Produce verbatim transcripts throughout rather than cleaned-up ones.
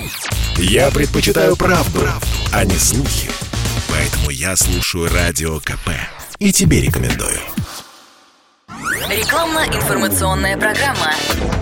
Я предпочитаю правду, правду, а не слухи. Поэтому я слушаю Радио КП. И тебе рекомендую. Рекламно-информационная программа.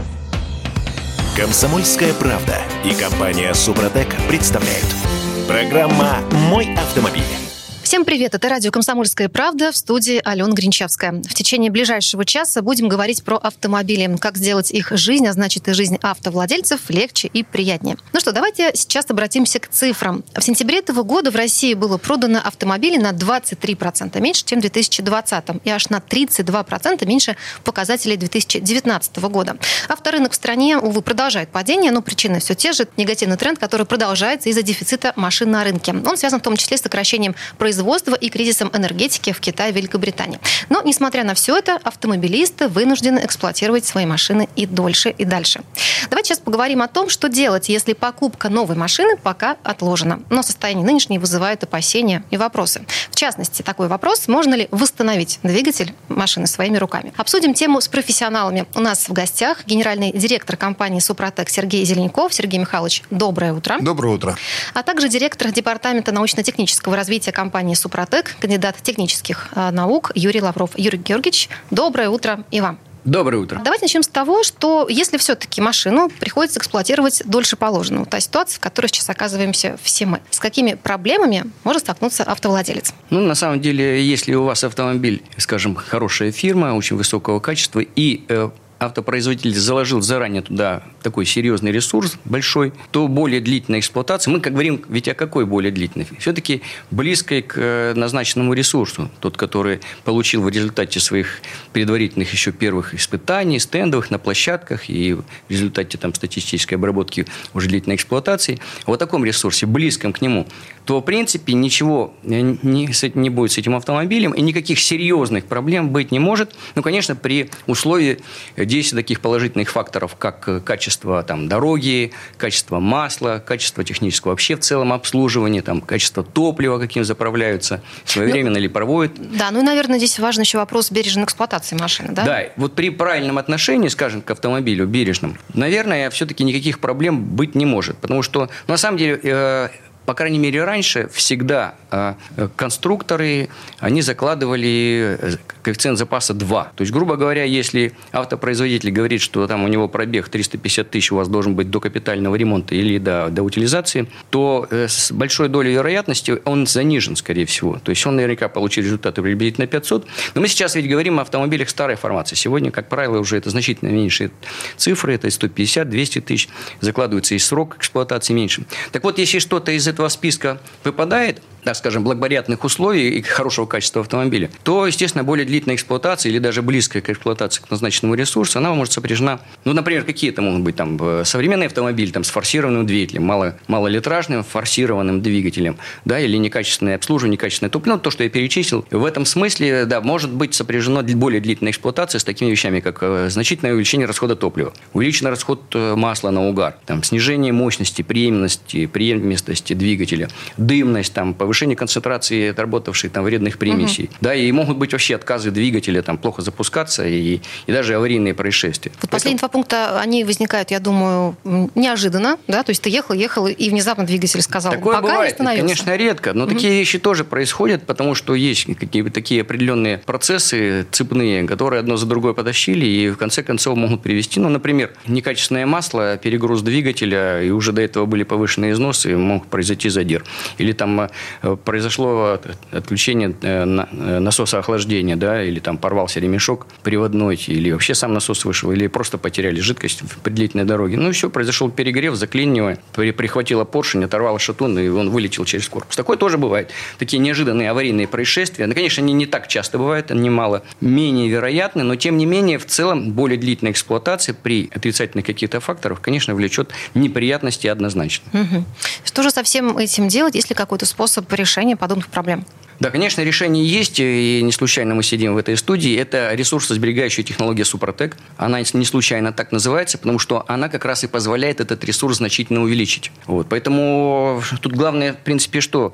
«Комсомольская правда» и компания «Супротек» представляют. Программа «Мой автомобиль». Всем привет, это радио «Комсомольская правда», в студии Алена Гринчевская. В течение ближайшего часа будем говорить про автомобили, как сделать их жизнь, а значит и жизнь автовладельцев, легче и приятнее. Ну что, давайте сейчас обратимся к цифрам. В сентябре этого года в России было продано автомобилей на двадцать три процента меньше, чем в две тысячи двадцатом, и аж на тридцать два процента меньше показателей две тысячи девятнадцатого года. Авторынок в стране, увы, продолжает падение, но причины все те же. Негативный тренд, который продолжается из-за дефицита машин на рынке. Он связан в том числе с сокращением производства и кризисом энергетики в Китае и Великобритании. Но, несмотря на все это, автомобилисты вынуждены эксплуатировать свои машины и дольше, и дальше. Давайте сейчас поговорим о том, что делать, если покупка новой машины пока отложена. Но состояние нынешнее вызывает опасения и вопросы. В частности, такой вопрос: можно ли восстановить двигатель машины своими руками? Обсудим тему с профессионалами. У нас в гостях генеральный директор компании «Супротек» Сергей Зеленяков. Сергей Михайлович, доброе утро. Доброе утро. А также директор департамента научно-технического развития компании «Супротек», кандидат технических наук Юрий Лавров. Юрий Георгиевич, доброе утро и вам. Доброе утро. Давайте начнем с того, что если все-таки машину приходится эксплуатировать дольше положенного, та ситуация, в которой сейчас оказываемся все мы, с какими проблемами может столкнуться автовладелец? Ну, на самом деле, если у вас автомобиль, скажем, хорошая фирма, очень высокого качества, и э, автопроизводитель заложил заранее туда такой серьезный ресурс большой, то более длительная эксплуатация, мы как говорим, ведь о какой более длительной? Все-таки близкой к назначенному ресурсу, тот, который получил в результате своих предварительных еще первых испытаний, стендовых, на площадках и в результате там статистической обработки уже длительной эксплуатации, о таком ресурсе, близком к нему, то, в принципе, ничего не, не будет с этим автомобилем, и никаких серьезных проблем быть не может. Ну, конечно, при условии действия таких положительных факторов, как качество там, дороги, качество масла, качество технического вообще в целом обслуживания, там, качество топлива, каким заправляются, своевременно ну, ли проводят. Да, ну и, наверное, здесь важен еще вопрос бережной эксплуатации машины, да? Да, вот при правильном отношении, скажем, к автомобилю, бережном, наверное, все-таки никаких проблем быть не может, потому что, на самом деле, э, по крайней мере, раньше всегда э, конструкторы, они закладывали коэффициент запаса два. То есть, грубо говоря, если автопроизводитель говорит, что там у него пробег триста пятьдесят тысяч у вас должен быть до капитального ремонта или до, до утилизации, то э, с большой долей вероятности он занижен, скорее всего. То есть, он наверняка получит результаты приблизительно пятьсот. Но мы сейчас ведь говорим о автомобилях старой формации. Сегодня, как правило, уже это значительно меньшие цифры. Это сто пятьдесят - двести тысяч. Закладывается и срок эксплуатации меньше. Так вот, если что-то из этого списка выпадает, так скажем, благоприятных условий и хорошего качества автомобиля, то, естественно, более длительная эксплуатация или даже близкая к эксплуатации к назначенному ресурсу, она может сопряжена, ну, например, какие-то могут быть там современный автомобиль там, с форсированным двигателем, мало, малолитражным форсированным двигателем, да, или некачественное обслуживание, некачественное топливо, ну, то, что я перечислил. В этом смысле, да, может быть сопряжено более длительная эксплуатация с такими вещами, как значительное увеличение расхода топлива, увеличенный расход масла на угар, там, снижение мощности, преемности, преемистости двигателя, дымность, там, повышение концентрации отработавших там вредных примесей. Угу. Да, и могут быть вообще отказы двигателя, там, плохо запускаться и, и даже аварийные происшествия. Вот последние два пункта, они возникают, я думаю, неожиданно, да, то есть ты ехал, ехал, и внезапно двигатель сказал, такое пока бывает, не остановился. Конечно, редко, но угу. такие вещи тоже происходят, потому что есть какие-то такие определенные процессы цепные, которые одно за другое потащили и в конце концов могут привести, ну, например, некачественное масло, перегруз двигателя, и уже до этого были повышенные износы, мог произойти задир. Или там произошло отключение насоса охлаждения, да, или там порвался ремешок приводной, или вообще сам насос вышел, или просто потеряли жидкость в длительной дороге. Ну и все, произошел перегрев, заклинивание, прихватило поршень, оторвало шатун, и он вылетел через корпус. Такое тоже бывает. Такие неожиданные аварийные происшествия. Ну, конечно, они не так часто бывают, они мало менее вероятны, но тем не менее, в целом, более длительная эксплуатация при отрицательных каких-то факторах, конечно, влечет неприятности однозначно. Угу. Что же со всем этим делать, есть ли какой-то способ решения подобных проблем? Да, конечно, решение есть, и не случайно мы сидим в этой студии. Это ресурсосберегающая технология «Супротек». Она не случайно так называется, потому что она как раз и позволяет этот ресурс значительно увеличить. Вот. Поэтому тут главное, в принципе, что?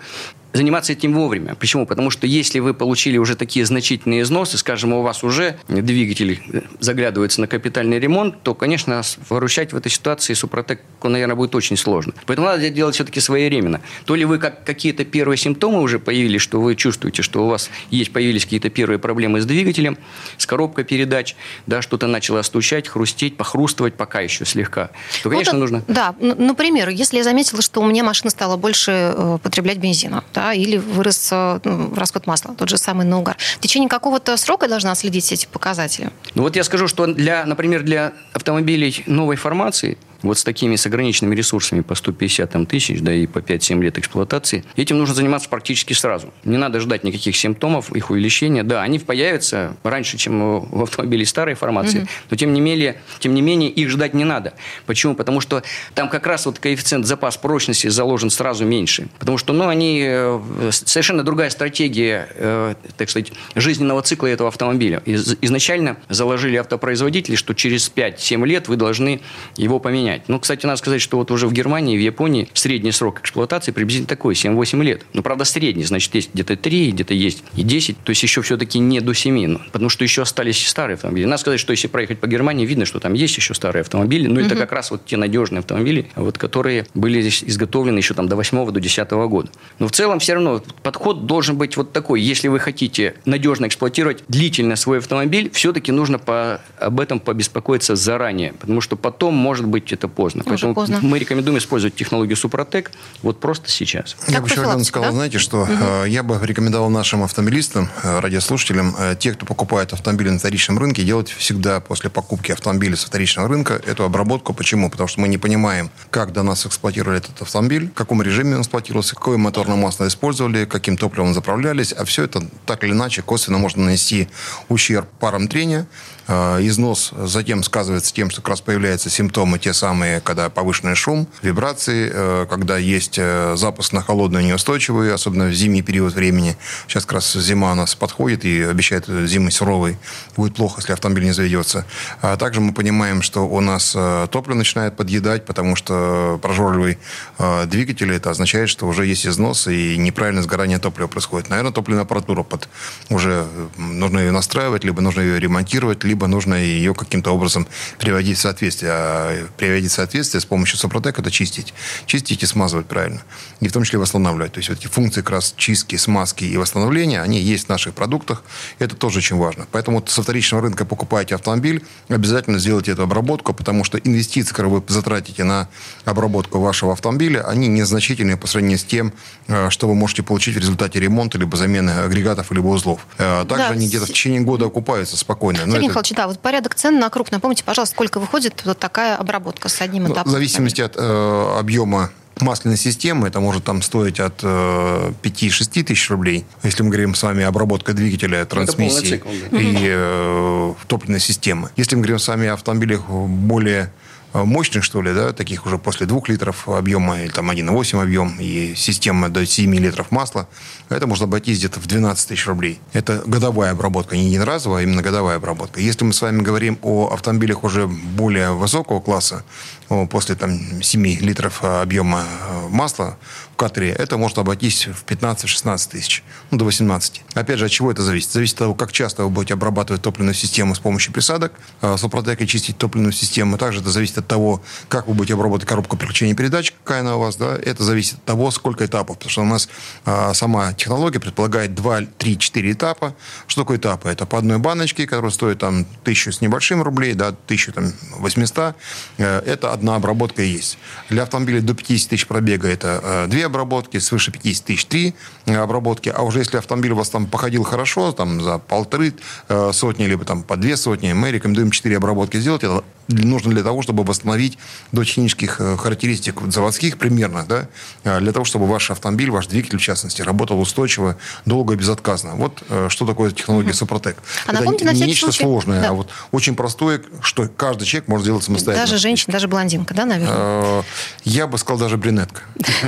заниматься этим вовремя. Почему? Потому что если вы получили уже такие значительные износы, скажем, у вас уже двигатель заглядывается на капитальный ремонт, то, конечно, выручать в этой ситуации Супротеку, наверное, будет очень сложно. Поэтому надо делать все-таки своевременно. То ли вы как какие-то первые симптомы уже появились, что вы чувствуете, что у вас есть, появились какие-то первые проблемы с двигателем, с коробкой передач, да, что-то начало стучать, хрустеть, похрустывать, пока еще слегка, то, конечно, вот, нужно... Да, например, если я заметила, что у меня машина стала больше э, потреблять бензина, да, или вырос э, расход масла, тот же самый на угар, в течение какого-то срока я должна следить эти показатели? Ну вот я скажу, что, для, например, для автомобилей новой формации, вот с такими с ограниченными ресурсами по сто пятьдесят там, тысяч, да, и по пять-семь лет эксплуатации, этим нужно заниматься практически сразу. Не надо ждать никаких симптомов, их увеличения. Да, они появятся раньше, чем в автомобиле старой формации, mm-hmm. но тем не менее, тем не менее их ждать не надо. Почему? Потому что там как раз вот коэффициент запас прочности заложен сразу меньше. Потому что, ну, они совершенно другая стратегия, э, так сказать, жизненного цикла этого автомобиля. Из, изначально заложили автопроизводители, что через пять-семь лет вы должны его поменять. Ну, кстати, надо сказать, что вот уже в Германии, в Японии средний срок эксплуатации приблизительно такой, семь-восемь лет. Ну, правда, средний, значит, есть где-то три, где-то есть и десять, то есть еще все-таки не до семи, ну, потому что еще остались старые автомобили. Надо сказать, что если проехать по Германии, видно, что там есть еще старые автомобили, но mm-hmm. это как раз вот те надежные автомобили, вот, которые были изготовлены еще там до восьмого, до десятого года. Но в целом все равно подход должен быть вот такой. Если вы хотите надежно эксплуатировать длительно свой автомобиль, все-таки нужно по, об этом побеспокоиться заранее, потому что потом, может быть, это поздно. Уже Поэтому поздно. Мы рекомендуем использовать технологию Супротек вот просто сейчас. Я Как бы еще, Алена, сказал, да? знаете, что угу. я бы рекомендовал нашим автомобилистам, радиослушателям, те, кто покупает автомобили на вторичном рынке, делать всегда после покупки автомобиля со вторичного рынка эту обработку. Почему? Потому что мы не понимаем, как до нас эксплуатировали этот автомобиль, в каком режиме он эксплуатировался, какое моторное масло использовали, каким топливом заправлялись, а все это так или иначе косвенно можно нанести ущерб парам трения. Износ затем сказывается тем, что как раз появляются симптомы те самые, когда повышенный шум, вибрации, когда есть запуск на холодную неустойчивую, особенно в зимний период времени. Сейчас как раз зима у нас подходит и обещает зимы суровой. Будет плохо, если автомобиль не заведется. А также мы понимаем, что у нас топливо начинает подъедать, потому что прожорливый двигатель, это означает, что уже есть износ и неправильное сгорание топлива происходит. Наверное, топливная аппаратура под... уже нужно ее настраивать, либо нужно ее ремонтировать, либо либо нужно ее каким-то образом приводить в соответствие. А приводить в соответствие с помощью Супротек — это чистить. Чистить и смазывать правильно. И в том числе восстанавливать. То есть вот эти функции как раз чистки, смазки и восстановления, они есть в наших продуктах. Это тоже очень важно. Поэтому вот со вторичного рынка покупаете автомобиль, обязательно сделайте эту обработку, потому что инвестиции, которые вы затратите на обработку вашего автомобиля, они незначительные по сравнению с тем, что вы можете получить в результате ремонта, либо замены агрегатов, либо узлов. Также да, они где-то в течение года окупаются спокойно. Сергей это... Михайлович, да, вот порядок цен на круг. Напомните, пожалуйста, сколько выходит вот такая обработка с одним этапом? В зависимости от э, объема масляной системы, это может там стоить от э, пяти-шести тысяч рублей. Если мы говорим с вами обработка двигателя, трансмиссии цикл, да. и э, топливной системы. Если мы говорим с вами о автомобилях более мощных, что ли, да, таких уже после двух литров объема, или там один и восемь объем, и система до семи литров масла, это можно обойтись где-то в двенадцать тысяч рублей. Это годовая обработка, не единоразовая, а именно годовая обработка. Если мы с вами говорим о автомобилях уже более высокого класса, после там семи литров объема масла в катере, это может обойтись в пятнадцать-шестнадцать тысяч, ну, до восемнадцати. Опять же, от чего это зависит? Зависит от того, как часто вы будете обрабатывать топливную систему с помощью присадок, Супротек и чистить топливную систему. Также это зависит от того, как вы будете обрабатывать коробку переключения передач, какая она у вас, да, это зависит от того, сколько этапов, потому что у нас а, сама технология предполагает два, три, четыре этапа. Что такое этапы? Это по одной баночке, которая стоит там тысячу с небольшим рублей, да, тысячу там восемьсот. Это одна обработка и есть. Для автомобиля до пятидесяти тысяч пробега это а, две обработки, свыше пятидесяти тысяч три обработки, а уже если автомобиль у вас там походил хорошо, там за полторы а, сотни, либо там по две сотни, мы рекомендуем четыре обработки сделать. Это нужно для того, чтобы восстановить до технических характеристик заводских примерно, да, для того, чтобы ваш автомобиль, ваш двигатель, в частности, работал устойчиво, долго и безотказно. Вот что такое технология Супротек. А это напомните, не на нечто случай... сложное, да. а вот очень простое, что каждый человек может сделать самостоятельно. Даже женщина, даже блондинка, да, наверное? Я бы сказал, даже брюнетка.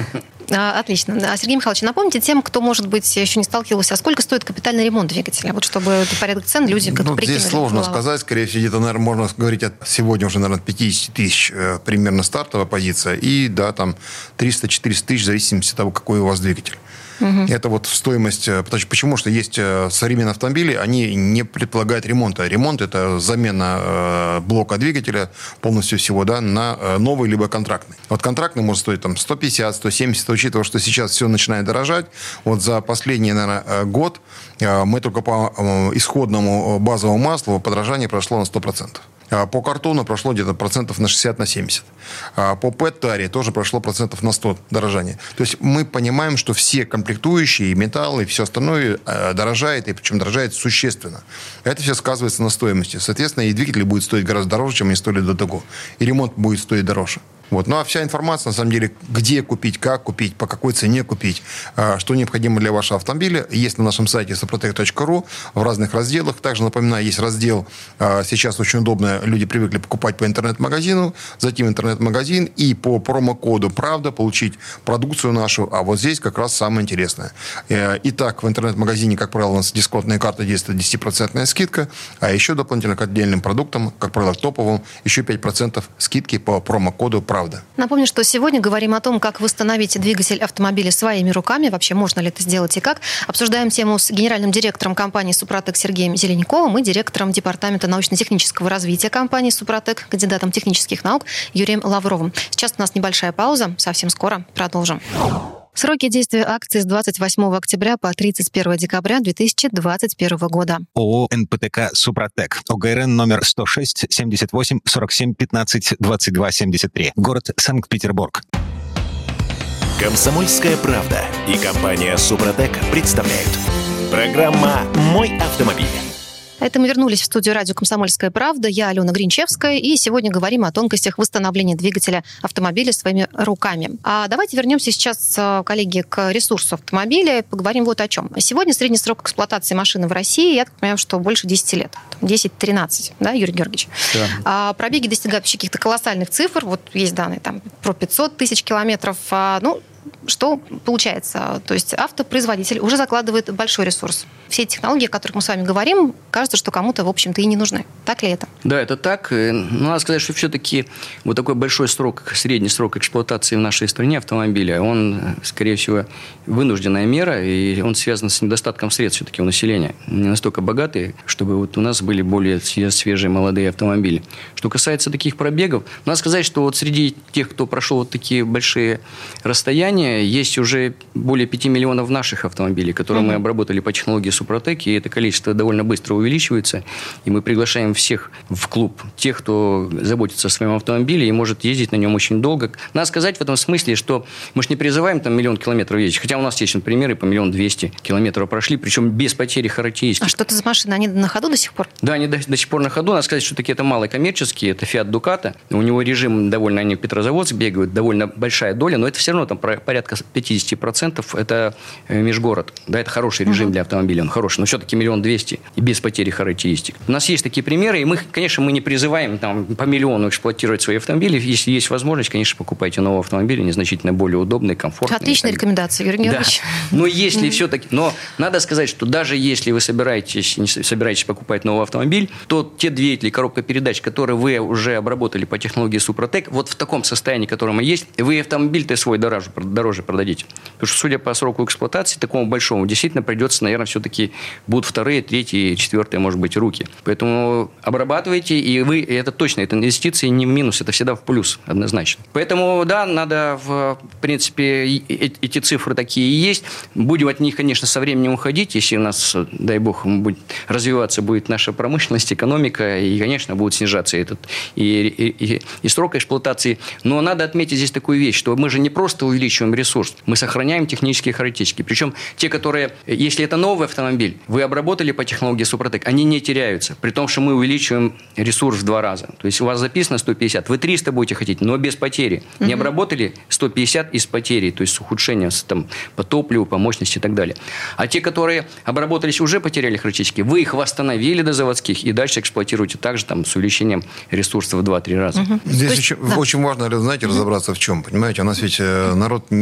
Отлично. Сергей Михайлович, напомните тем, кто, может быть, еще не сталкивался, а сколько стоит капитальный ремонт двигателя? Вот чтобы это порядок цен люди как-то ну, прикинули. Здесь сложно сказать. Скорее всего, где-то, наверное, можно говорить от сегодня уже, наверное, пятьдесят тысяч примерно стартовая позиция. И, да, там триста-четыреста тысяч в зависимости от того, какой у вас двигатель. Угу. Это вот стоимость... Почему? Что есть современные автомобили, они не предполагают ремонта. Ремонт – это замена блока двигателя полностью всего, да, на новый либо контрактный. Вот контрактный может стоить там сто пятьдесят - сто семьдесят, учитывая, что сейчас все начинает дорожать. Вот за последний, наверное, год мы только по исходному базовому маслу подорожание прошло на сто процентов. По картону прошло где-то процентов на шестьдесят - семьдесят. По пэт-таре тоже прошло процентов на сто дорожания. То есть мы понимаем, что все комплектующие, металлы и все остальное дорожает, и причем дорожает существенно. Это все сказывается на стоимости. Соответственно, и двигатель будет стоить гораздо дороже, чем они стоили до того. И ремонт будет стоить дороже. Вот. Ну, а вся информация, на самом деле, где купить, как купить, по какой цене купить, что необходимо для вашего автомобиля, есть на нашем сайте супротек точка ру в разных разделах. Также, напоминаю, есть раздел, сейчас очень удобно, люди привыкли покупать по интернет-магазину, зайти в интернет-магазин и по промокоду «Правда» получить продукцию нашу. А вот здесь как раз самое интересное. Итак, в интернет-магазине, как правило, у нас дисконтная карта действует десятипроцентная скидка, а еще дополнительно к отдельным продуктам, как правило, топовым, еще пять процентов скидки по промокоду «Правда». Напомню, что сегодня говорим о том, как восстановить двигатель автомобиля своими руками. Вообще, можно ли это сделать и как. Обсуждаем тему с генеральным директором компании «Супротек» Сергеем Зеленяковым и директором департамента научно-технического развития компании «Супротек», кандидатом технических наук Юрием Лавровым. Сейчас у нас небольшая пауза. Совсем скоро продолжим. Сроки действия акции с двадцать восьмого октября по тридцать первого декабря две тысячи двадцать первого года. ООО «эн пэ тэ ка «Супротек». ОГРН номер сто шесть семьдесят восемь сорок семь пятнадцать двадцать два семьдесят три. Город Санкт-Петербург. «Комсомольская правда» и компания «Супротек» представляют. Программа «Мой автомобиль». Это мы вернулись в студию радио «Комсомольская правда». Я Алена Гринчевская, и сегодня говорим о тонкостях восстановления двигателя автомобиля своими руками. А давайте вернемся сейчас, коллеги, к ресурсу автомобиля и поговорим вот о чем. Сегодня средний срок эксплуатации машины в России, я так понимаю, что больше десяти лет. десять-тринадцать, да, Юрий Георгиевич? Да. А пробеги достигают каких-то колоссальных цифр. Вот есть данные там про пятьсот тысяч километров. А, ну, что получается? То есть автопроизводитель уже закладывает большой ресурс. Все технологии, о которых мы с вами говорим, кажется, что кому-то, в общем-то, и не нужны. Так ли это? Да, это так. Но надо сказать, что все-таки вот такой большой срок, средний срок эксплуатации в нашей стране автомобиля, он, скорее всего, вынужденная мера, и он связан с недостатком средств все-таки у населения. Не настолько богатые, чтобы вот у нас были более свежие молодые автомобили. Что касается таких пробегов, надо сказать, что вот среди тех, кто прошел вот такие большие расстояния, есть уже более пяти миллионов наших автомобилей, которые mm-hmm. мы обработали по технологии Супротек, и это количество довольно быстро увеличивается. И мы приглашаем всех в клуб, тех, кто заботится о своем автомобиле и может ездить на нем очень долго. Надо сказать в этом смысле, что мы же не призываем там миллион километров ездить, хотя у нас есть примеры по миллион двести километров прошли, причем без потери характеристик. А что это за машины? Они на ходу до сих пор? Да, они до, до сих пор на ходу. Надо сказать, что такие это малокоммерческие, это Fiat Ducato. У него режим довольно, они Петрозаводск бегают, довольно большая доля, но это все равно там порядка пятьдесят процентов это межгород. Да, это хороший режим uh-huh. для автомобиля, он хороший, но все-таки миллион двести и без потери характеристик. У нас есть такие примеры, и мы, конечно, мы не призываем там, по миллиону эксплуатировать свои автомобили. Если есть возможность, конечно, покупайте новый автомобиль, они значительно более удобные, комфортные. Отличная рекомендация, Юрий Георгиевич. Да. Но если mm-hmm. все-таки... Но надо сказать, что даже если вы собираетесь, не собираетесь покупать новый автомобиль, то те двигатели, коробка передач, которые вы уже обработали по технологии Супротек, вот в таком состоянии, котором и есть, вы автомобиль-то свой дороже, дороже продадите. Потому что, судя по сроку эксплуатации, такому большому, действительно придется, наверное, все-таки будут вторые, третьи, четвертые, может быть, руки. Поэтому обрабатывайте, и вы, и это точно, это инвестиции не в минус, это всегда в плюс, однозначно. Поэтому, да, надо, в принципе, эти цифры такие и есть. Будем от них, конечно, со временем уходить, если у нас, дай бог, будет развиваться будет наша промышленность, экономика, и, конечно, будет снижаться этот и, и, и, и срок эксплуатации. Но надо отметить здесь такую вещь, что мы же не просто увеличиваем ресурс, мы сохраняем технические характеристики. Причем те, которые, если это новый автомобиль, вы обработали по технологии Супротек, они не теряются, при том, что мы увеличиваем ресурс в два раза. То есть у вас записано сто пятьдесят, вы триста будете хотеть, но без потери. Mm-hmm. Не обработали сто пятьдесят и с потерей, то есть с ухудшением там, по топливу, по мощности и так далее. А те, которые обработались, уже потеряли характеристики, вы их восстановили до заводских и дальше эксплуатируете также там, с увеличением ресурса в два-три раза. Mm-hmm. Здесь есть, очень, да. очень важно, знаете, mm-hmm. разобраться в чем. Понимаете, у нас ведь народ не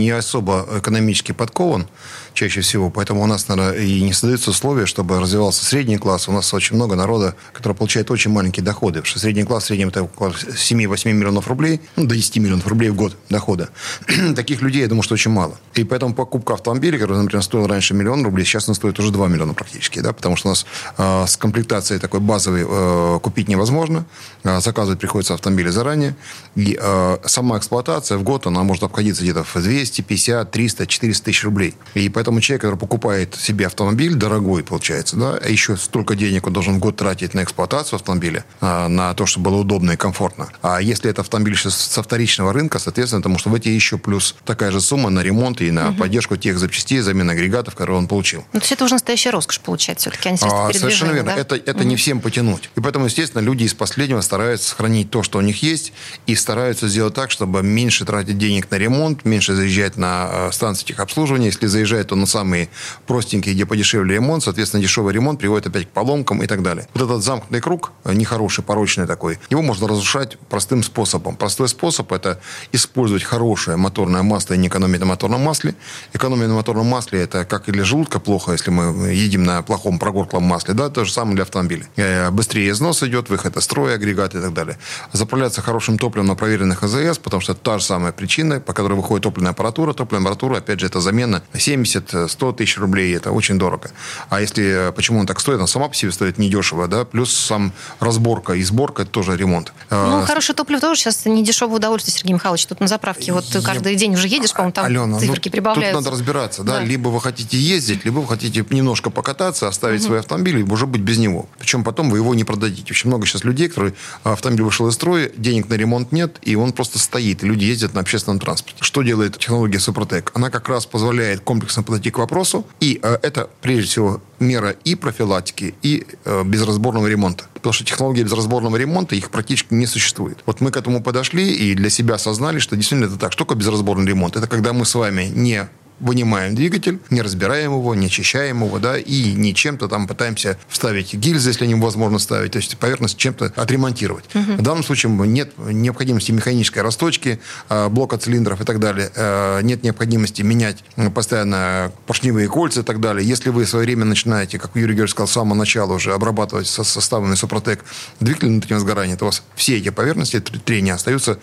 не особо экономически подкован чаще всего, поэтому у нас, наверное, и не создаются условия, чтобы развивался средний класс. У нас очень много народа, который получает очень маленькие доходы, потому что средний класс в среднем это около семь-восемь миллионов рублей, ну, до десяти миллионов рублей в год дохода. Таких людей, я думаю, что очень мало. И поэтому покупка автомобиля, который, например, стоил раньше миллион рублей, сейчас он стоит уже два миллиона практически, да, потому что у нас э, с комплектацией такой базовой э, купить невозможно, э, заказывать приходится автомобили заранее, и э, сама эксплуатация в год, она может обходиться где-то в двести пятьдесят, триста, четыреста тысяч рублей. И поэтому человек, который покупает себе автомобиль, дорогой получается, да, а еще столько денег он должен в год тратить на эксплуатацию автомобиля, э, на то, чтобы было удобно и комфортно. А если это автомобиль со вторичного рынка, соответственно, потому что в эти еще плюс такая же сумма на ремонт и на угу. поддержку тех запчастей, замену агрегатов, которые он получил. Ну, то есть это уже настоящая роскошь получается, все-таки, а не средства а, передвижения. Совершенно верно. Да? Это, это угу. не всем потянуть. И поэтому, естественно, люди из последнего стараются сохранить то, что у них есть, и стараются сделать так, чтобы меньше тратить денег на ремонт, меньше заезжать на станции техобслуживания. Если заезжает, то на самые простенькие, где подешевле ремонт, соответственно, дешевый ремонт приводит опять к поломкам и так далее. Вот этот замкнутый круг, нехороший, порочный такой, его можно разрушать простым способом. Простой способ – это использовать хорошее моторное масло и не экономить на моторном масле. Экономия на моторном масле – это как и для желудка плохо, если мы едим на плохом прогорклом масле, да, то же самое для автомобиля. Быстрее износ идет, выход из строя, агрегат и так далее. Заправляться хорошим топливом на проверенных АЗС, потому что это та же самая причина, по которой выходит топливная аппаратура. Топливная аппаратура, опять же, это замена семьдесят-сто тысяч рублей, это очень дорого. А если, почему она так стоит? Она сама по себе стоит недешево, да, плюс сам разборка и сборка – это тоже ремонт. Ну, хорошее топливо тоже сейчас не дешевое удовольствие, Сергей Михайлович. Тут на заправке вот Я... каждый день уже едешь, по-моему, там Алена, циферки ну, прибавляются. Тут надо разбираться, да? да. Либо вы хотите ездить, либо вы хотите немножко покататься, оставить угу. свой автомобиль и уже быть без него. Причем потом вы его не продадите. Очень много сейчас людей, которые автомобиль вышел из строя, денег на ремонт нет, и он просто стоит. И люди ездят на общественном транспорте. Что делает технология Супротек? Она как раз позволяет комплексно подойти к вопросу, и э, это, прежде всего, мера и профилактики, и э, безразборного ремонта. Потому что технологии безразборного ремонта, их практически не существует. Вот мы к этому подошли и для себя осознали, что действительно это так. Что такое безразборный ремонт? Это когда мы с вами не вынимаем двигатель, не разбираем его, не очищаем его, да, и не чем-то там пытаемся вставить гильзы, если невозможно ставить, то есть поверхность чем-то отремонтировать. Угу. В данном случае нет необходимости механической расточки блока цилиндров и так далее, нет необходимости менять постоянно поршневые кольца и так далее. Если вы в свое время начинаете, как Юрий Георгиевич сказал, с самого начала уже обрабатывать со составами Супротек двигатель внутреннего сгорания, то у вас все эти поверхности трения остаются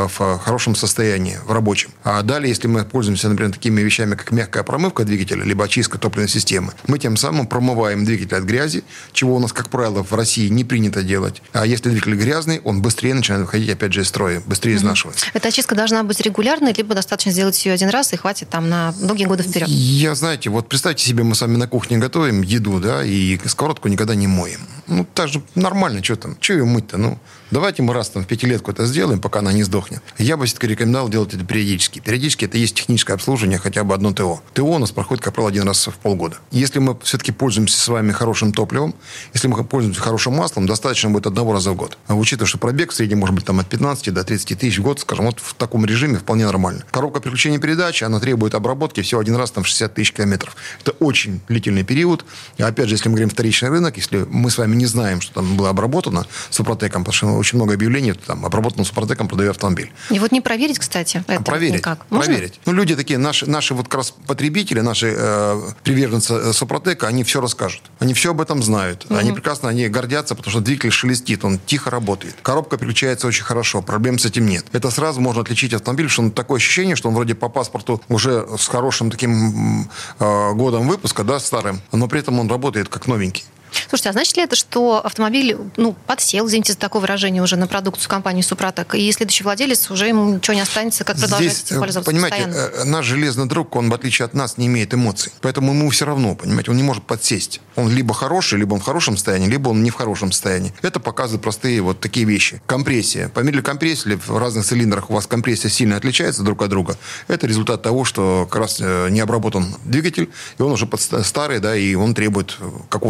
в хорошем состоянии, в рабочем. А далее, если мы пользуемся, например, такими вещами, как мягкая промывка двигателя, либо очистка топливной системы, мы тем самым промываем двигатель от грязи, чего у нас, как правило, в России не принято делать. А если двигатель грязный, он быстрее начинает выходить, опять же, из строя, быстрее угу. изнашиваться. Эта очистка должна быть регулярной, либо достаточно сделать ее один раз и хватит там на многие годы вперед? Я, знаете, вот представьте себе, мы с вами на кухне готовим еду, да, и сковородку никогда не моем. Ну, так же нормально, что там, что ее мыть-то, ну... Давайте мы раз там в пятилетку это сделаем, пока она не сдохнет. Я бы все-таки рекомендовал делать это периодически. Периодически это есть техническое обслуживание, хотя бы одно ТО. ТО у нас проходит, как правило, один раз в полгода. Если мы все-таки пользуемся с вами хорошим топливом, если мы пользуемся хорошим маслом, достаточно будет одного раза в год. А учитывая, что пробег в среднем может быть там от пятнадцати до тридцати тысяч в год, скажем, вот в таком режиме вполне нормально. Коробка переключения передач, она требует обработки всего один раз там шестьдесят тысяч километров. Это очень длительный период. И опять же, если мы говорим вторичный рынок, если мы с вами не знаем, что там было обработано Супротеком, потому что очень много объявлений, там, обработанным Супротеком продаю автомобиль. И вот не проверить, кстати, это проверить, никак. Можно? Проверить. Ну, люди такие, наши, наши вот как раз потребители, наши э, приверженцы Супротека, они все расскажут. Они все об этом знают. Угу. Они прекрасно, они гордятся, потому что двигатель шелестит, он тихо работает. Коробка переключается очень хорошо, проблем с этим нет. Это сразу можно отличить автомобиль, что он такое ощущение, что он вроде по паспорту уже с хорошим таким э, годом выпуска, да, старым, но при этом он работает как новенький. Слушайте, а значит ли это, что автомобиль, ну, подсел, извините за такое выражение, уже на продукцию компании Супротек, и следующий владелец уже ему ничего не останется, как продолжать Здесь, пользоваться понимаете, постоянно? Наш железный друг, он, в отличие от нас, не имеет эмоций. Поэтому ему все равно, понимаете, он не может подсесть. Он либо хороший, либо он в хорошем состоянии, либо он не в хорошем состоянии. Это показывают простые вот такие вещи. Компрессия. По мере компрессии, в разных цилиндрах у вас компрессия сильно отличается друг от друга. Это результат того, что как раз не обработан двигатель, и он уже старый, да, и он требует какого-то ухода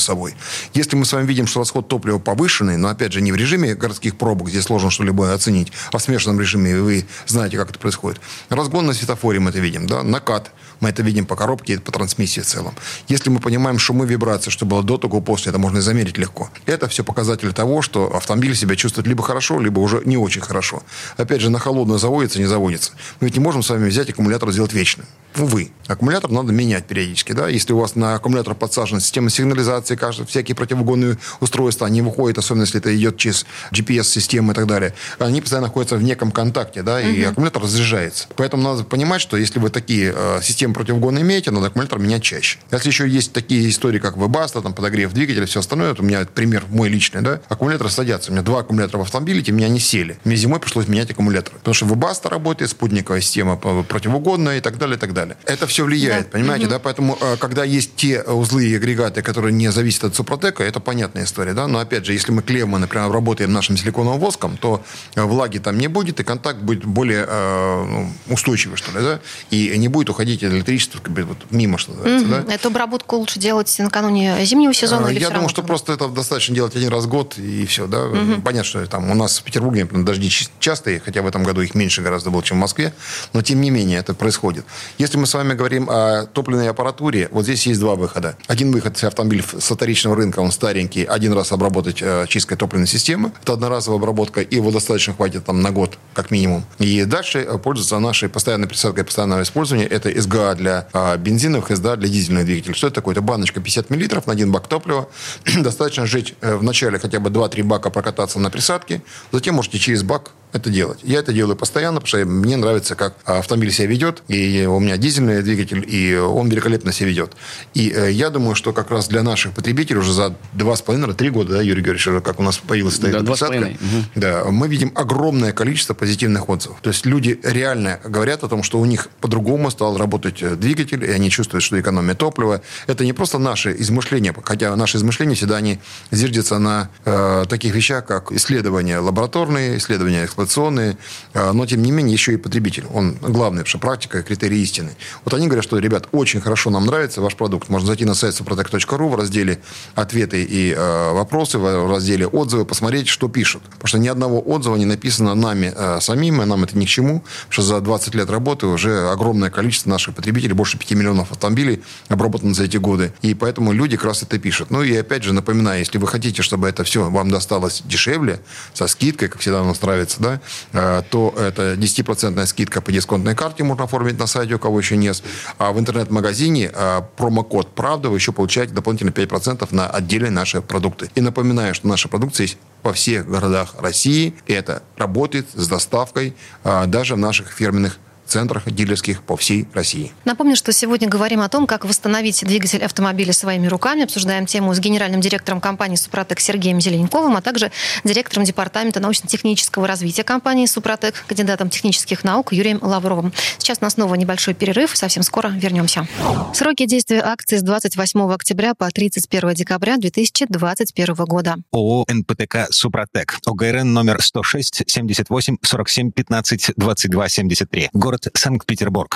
с собой. Если мы с вами видим, что расход топлива повышенный, но, опять же, не в режиме городских пробок, здесь сложно что-либо оценить, а в смешанном режиме, вы знаете, как это происходит. Разгон на светофоре мы это видим, да, накат, мы это видим по коробке и по трансмиссии в целом. Если мы понимаем шумы, вибрации, что было до того, после, это можно и замерить легко. Это все показатели того, что автомобиль себя чувствует либо хорошо, либо уже не очень хорошо. Опять же, на холодную заводится, не заводится. Мы ведь не можем с вами взять аккумулятор и сделать вечным. Увы. Аккумулятор надо менять периодически, да. Если у вас на аккумулятор подсажена система сигнализации, кажется, всякие противоугонные устройства, они выходят, особенно если это идет через джи пи эс-системы и так далее, они постоянно находятся в неком контакте, да, и угу. аккумулятор разряжается. Поэтому надо понимать, что если вы такие э, системы противоугонные имеете, надо аккумулятор менять чаще. Если еще есть такие истории, как вебаста, там, подогрев двигателя, все остальное, это у меня пример мой личный, да, аккумуляторы садятся. У меня два аккумулятора в автомобиле, тем не менее они сели. Мне зимой пришлось менять аккумуляторы. Потому что вебаста работает, спутниковая система противоугонная и так далее, и так далее. Это все влияет, да. понимаете, угу. да, поэтому, когда есть те узлы и агрегаты, которые не зависят от Супротека, это понятная история, да, но, опять же, если мы клеммы, например, работаем нашим силиконовым воском, то влаги там не будет, и контакт будет более э, ну, устойчивый, что ли, да, и не будет уходить электричество как бы, вот, мимо, что называется, угу. да. Эту обработку лучше делать накануне зимнего сезона? Я или думаю, что там? Просто это достаточно делать один раз в год, и все, да. Угу. Понятно, что там у нас в Петербурге, например, дожди частые, хотя в этом году их меньше гораздо было, чем в Москве, но, тем не менее, это происходит. Если мы с вами говорим о топливной аппаратуре, вот здесь есть два выхода. Один выход, если автомобиль с вторичного рынка, он старенький, один раз обработать э, чисткой топливной системы. Это одноразовая обработка, и его достаточно хватит там на год, как минимум. И дальше пользоваться нашей постоянной присадкой постоянного использования. Это эс гэ а для э, бензиновых, эс дэ а для дизельных двигателей. Что это такое? Это баночка пятьдесят миллилитров на один бак топлива. Достаточно сжечь э, в начале хотя бы два-три бака, прокататься на присадке. Затем можете через бак это делать. Я это делаю постоянно, потому что мне нравится, как автомобиль себя ведет. И у меня дизельный двигатель, и он великолепно себя ведет. И э, я думаю, что как раз для наших потребителей уже за два с половиной, три года, да, Юрий Георгиевич, как у нас появилась эта да, присадка, угу. да, мы видим огромное количество позитивных отзывов. То есть люди реально говорят о том, что у них по-другому стал работать двигатель, и они чувствуют, что экономия топлива. Это не просто наши измышления, хотя наши измышления всегда они зиждятся на э, таких вещах, как исследования лабораторные, исследования эксплуатационные, э, но тем не менее еще и потребитель. Он главный, потому что практика, критерий истины. Вот они говорят, что, ребят, очень хорошо нам нравится ваш продукт. Можно зайти на сайт супротек точка ру в разделе «Ответы и э, вопросы», в разделе «Отзывы», посмотреть, что пишут. Потому что ни одного отзыва не написано нами э, самими, нам это ни к чему, потому что за двадцать лет работы уже огромное количество наших потребителей, больше пяти миллионов автомобилей обработано за эти годы. И поэтому люди как раз это пишут. Ну и опять же напоминаю, если вы хотите, чтобы это все вам досталось дешевле, со скидкой, как всегда нам нравится, да, э, то это десятипроцентная скидка по дисконтной карте можно оформить на сайте, у кого еще нет. А в интернет-магазине э, промокод «Правда» вы еще получаете дополнительно пять процентов на отдельные наши продукты. И напоминаю, что наша продукция есть во всех городах России. И это работает с доставкой э, даже в наших фирменных центрах дилерских по всей России. Напомню, что сегодня говорим о том, как восстановить двигатель автомобиля своими руками. Обсуждаем тему с генеральным директором компании «Супротек» Сергеем Зеленковым, а также директором департамента научно-технического развития компании «Супротек», кандидатом технических наук Юрием Лавровым. Сейчас у нас снова небольшой перерыв. Совсем скоро вернемся. Сроки действия акции с двадцать восьмого октября по тридцать первого декабря две тысячи двадцать первого года. ООО «эн пэ тэ ка «Супротек». о гэ эр эн номер сто шесть семьдесят восемь сорок семь пятнадцать двадцать два семьдесят три. Город Санкт-Петербург.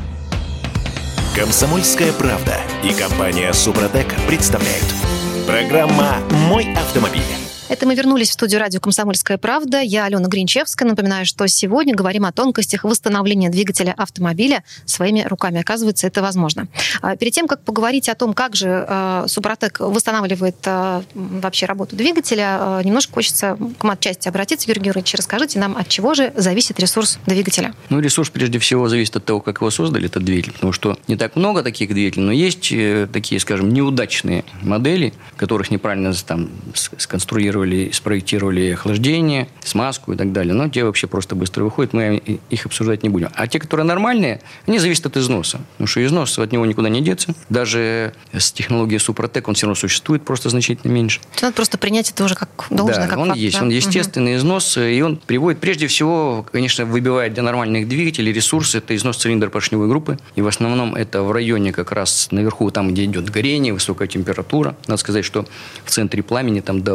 «Комсомольская правда» и компания «Супротек» представляют. Программа «Мой автомобиль». Это мы вернулись в студию радио «Комсомольская правда». Я Алена Гринчевская. Напоминаю, что сегодня говорим о тонкостях восстановления двигателя автомобиля своими руками. Оказывается, это возможно. Перед тем, как поговорить о том, как же Супротек восстанавливает вообще работу двигателя, немножко хочется к матчасти обратиться. Юрий Георгиевич, расскажите нам, от чего же зависит ресурс двигателя? Ну, ресурс, прежде всего, зависит от того, как его создали, этот двигатель. Потому что не так много таких двигателей, но есть такие, скажем, неудачные модели, которых неправильно там сконструировали, спроектировали охлаждение, смазку и так далее. Но те вообще просто быстро выходят, мы их обсуждать не будем. А те, которые нормальные, они зависят от износа. Потому что износ, от него никуда не деться. Даже с технологией Супротек он все равно существует, просто значительно меньше. Надо просто принять это уже как должное, да, как он факт, есть. Да? Он естественный угу. износ, и он приводит, прежде всего, конечно, выбивает для нормальных двигателей ресурсы. Это износ цилиндра поршневой группы. И в основном это в районе как раз наверху, там, где идет горение, высокая температура. Надо сказать, что в центре пламени там до полутора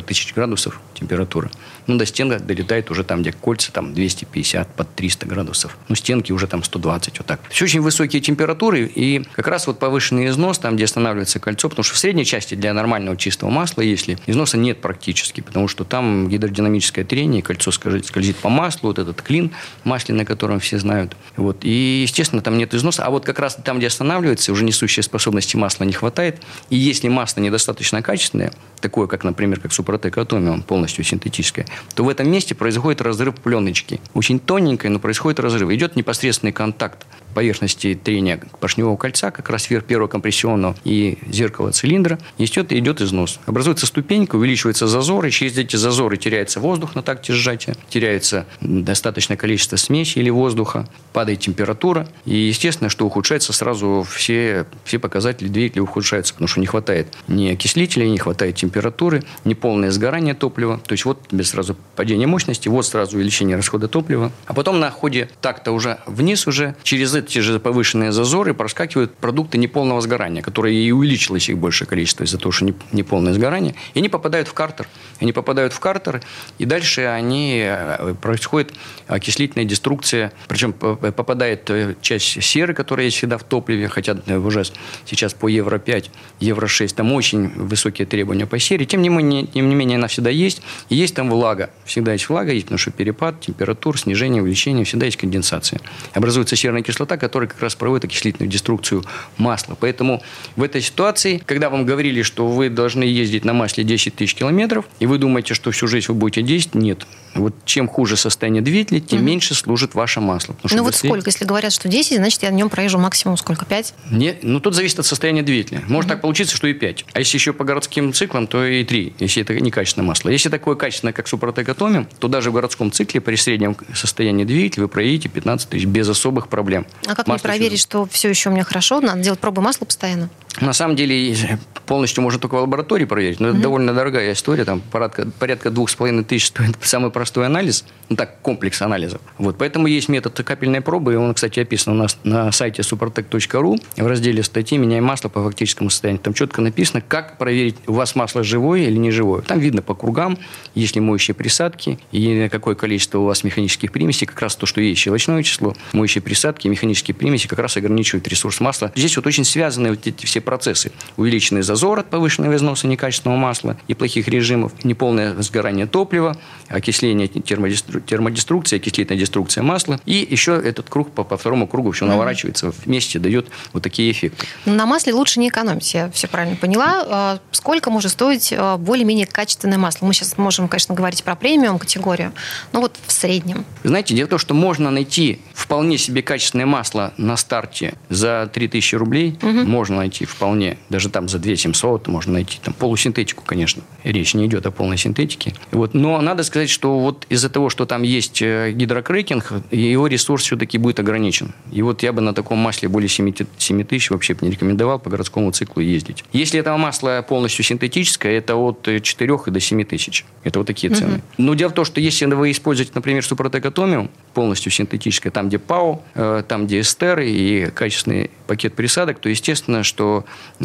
тысяч градусов температура. Ну, до стенок долетает уже там, где кольца, там двести пятьдесят, под триста градусов. Ну, стенки уже там сто двадцать, вот так. Все очень высокие температуры, и как раз вот повышенный износ, там, где останавливается кольцо, потому что в средней части для нормального чистого масла, если износа нет практически, потому что там гидродинамическое трение, кольцо скользит, скользит по маслу, вот этот клин масляный, которым все знают. Вот. И, естественно, там нет износа. А вот как раз там, где останавливается, уже несущей способности масла не хватает. И если масло недостаточно качественное, такое, как, например, как Супротек Атомиум, полностью синтетическое, то в этом месте происходит разрыв пленочки. Очень тоненькая, но происходит разрыв. Идет непосредственный контакт поверхности трения поршневого кольца, как раз сверх первого компрессионного и зеркала цилиндра, идет, идет износ. Образуется ступенька, увеличивается зазор, и через эти зазоры теряется воздух на такте сжатия, теряется достаточное количество смеси или воздуха, падает температура, и, естественно, что ухудшается сразу все, все показатели двигателя ухудшаются, потому что не хватает ни окислителя, не хватает температуры, не полное сгорание топлива, то есть вот без сразу падения мощности, вот сразу увеличение расхода топлива, а потом на ходе такта уже вниз уже через эти же повышенные зазоры проскакивают продукты неполного сгорания, которые и увеличилось их большее количество из-за того, что неполное сгорание, и они попадают в картер. Они попадают в картер, и дальше они, происходит окислительная деструкция, причем попадает часть серы, которая есть всегда в топливе, хотя уже сейчас по евро пять, евро шесть, там очень высокие требования по сере, тем не менее, тем не менее она всегда есть, и есть там влага, всегда есть влага, есть, потому что перепад температур, снижение, увеличение, всегда есть конденсация. Образуется серная кислота, которая как раз проводит окислительную деструкцию масла. Поэтому в этой ситуации, когда вам говорили, что вы должны ездить на масле десять тысяч километров, и вы думаете, что всю жизнь вы будете десять, нет. Вот чем хуже состояние двигателя, тем угу. меньше служит ваше масло. Ну вот сколько? Если говорят, что десять, значит, я на нем проезжу максимум сколько? пять? Нет, ну тут зависит от состояния двигателя. Может угу. так получиться, что и пять. А если еще по городским циклам, то и три, если это некачественное масло. Если такое качественное, как Супротек Атомиум, то даже в городском цикле при среднем состоянии двигателя вы проедете пятнадцать тысяч без особых проблем. А как масло мне проверить, все... что все еще у меня хорошо? Надо делать пробы масла постоянно? На самом деле полностью можно только в лаборатории проверить, но угу. это довольно дорогая история, там порядка, порядка двух с половиной тысяч стоит самый простой анализ, ну так, комплекс анализов. Вот, поэтому есть метод капельной пробы, и он, кстати, описан у нас на сайте супротек точка ру в разделе статьи «Меняем масло по фактическому состоянию». Там четко написано, как проверить, у вас масло живое или не живое. Там видно по кругам, есть ли моющие присадки, и какое количество у вас механических примесей, как раз то, что есть щелочное число, моющие присадки, механические примеси как раз ограничивают ресурс масла. Здесь вот очень связаны вот эти все процессы. Увеличенный зазор от повышенного износа некачественного масла и плохих режимов, неполное сгорание топлива, окисление, термодестру... термодеструкция, окислительная деструкция масла. И еще этот круг по, по второму кругу все наворачивается вместе, дает вот такие эффекты. На масле лучше не экономить, я все правильно поняла. Сколько может стоить более-менее качественное масло? Мы сейчас можем, конечно, говорить про премиум категорию, но вот в среднем. Знаете, дело в том, что можно найти вполне себе качественное масло на старте за три тысячи рублей. Угу. Можно найти вполне, даже там за две тысячи семьсот можно найти. Там полусинтетику, конечно. Речь не идет о полной синтетике. Вот. Но надо сказать, что вот из-за того, что там есть гидрокрекинг, его ресурс все-таки будет ограничен. И вот я бы на таком масле более семь тысяч вообще не рекомендовал по городскому циклу ездить. Если это масло полностью синтетическое, это от четырёх до семи тысяч. Это вот такие цены. Угу. Но дело в том, что если вы используете, например, Супротек Атомиум, полностью синтетическое, там, где ПАО, там, где эстеры и качественный пакет присадок, то, естественно, что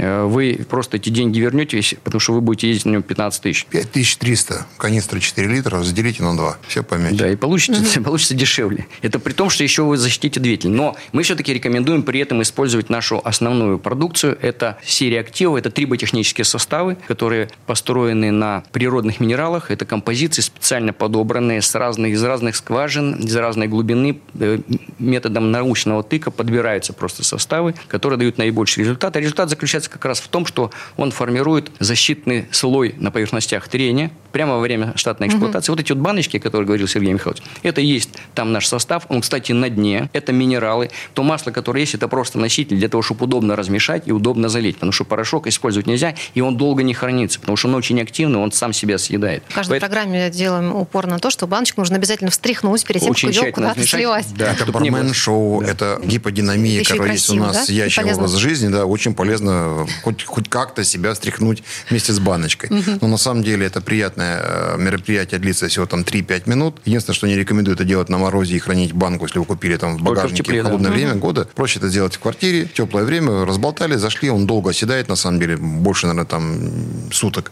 вы просто эти деньги вернете, потому что вы будете ездить на нем пятнадцать тысяч. пять тысяч триста. Канистра четыре литра, разделите на два. Все поймете. Да, и получите, mm-hmm. получится дешевле. Это при том, что еще вы защитите двигатель. Но мы все-таки рекомендуем при этом использовать нашу основную продукцию. Это серия активов, это триботехнические составы, которые построены на природных минералах. Это композиции, специально подобранные с разных, из разных скважин, из разной глубины. Методом научного тыка подбираются просто составы, которые дают наибольший результат. А результат заключается как раз в том, что он формирует защитный слой на поверхностях трения прямо во время штатной эксплуатации. Угу. Вот эти вот баночки, о которых говорил Сергей Михайлович, это и есть там наш состав. Он, кстати, на дне. Это минералы. То масло, которое есть, это просто носитель для того, чтобы удобно размешать и удобно залить. Потому что порошок использовать нельзя, и он долго не хранится. Потому что он очень активный, он сам себя съедает. В каждой Поэтому... программе делаем упор на то, что баночку нужно обязательно встряхнуть перед тем, очень как ее куда-то сливать. Да, это бармен-шоу, да. Это гиподинамия, которая есть у нас, да? Сидячего образа жизни. Да, очень полезно хоть, хоть как-то себя стряхнуть вместе с баночкой. Угу. Но на самом деле это приятное данное мероприятие длится всего там три-пять минут. Единственное, что не рекомендую это делать на морозе и хранить банку, если вы купили там в багажнике в, тепле, в холодное да. время года. Проще это сделать в квартире, теплое время, разболтали, зашли, он долго оседает, на самом деле, больше, наверное, там суток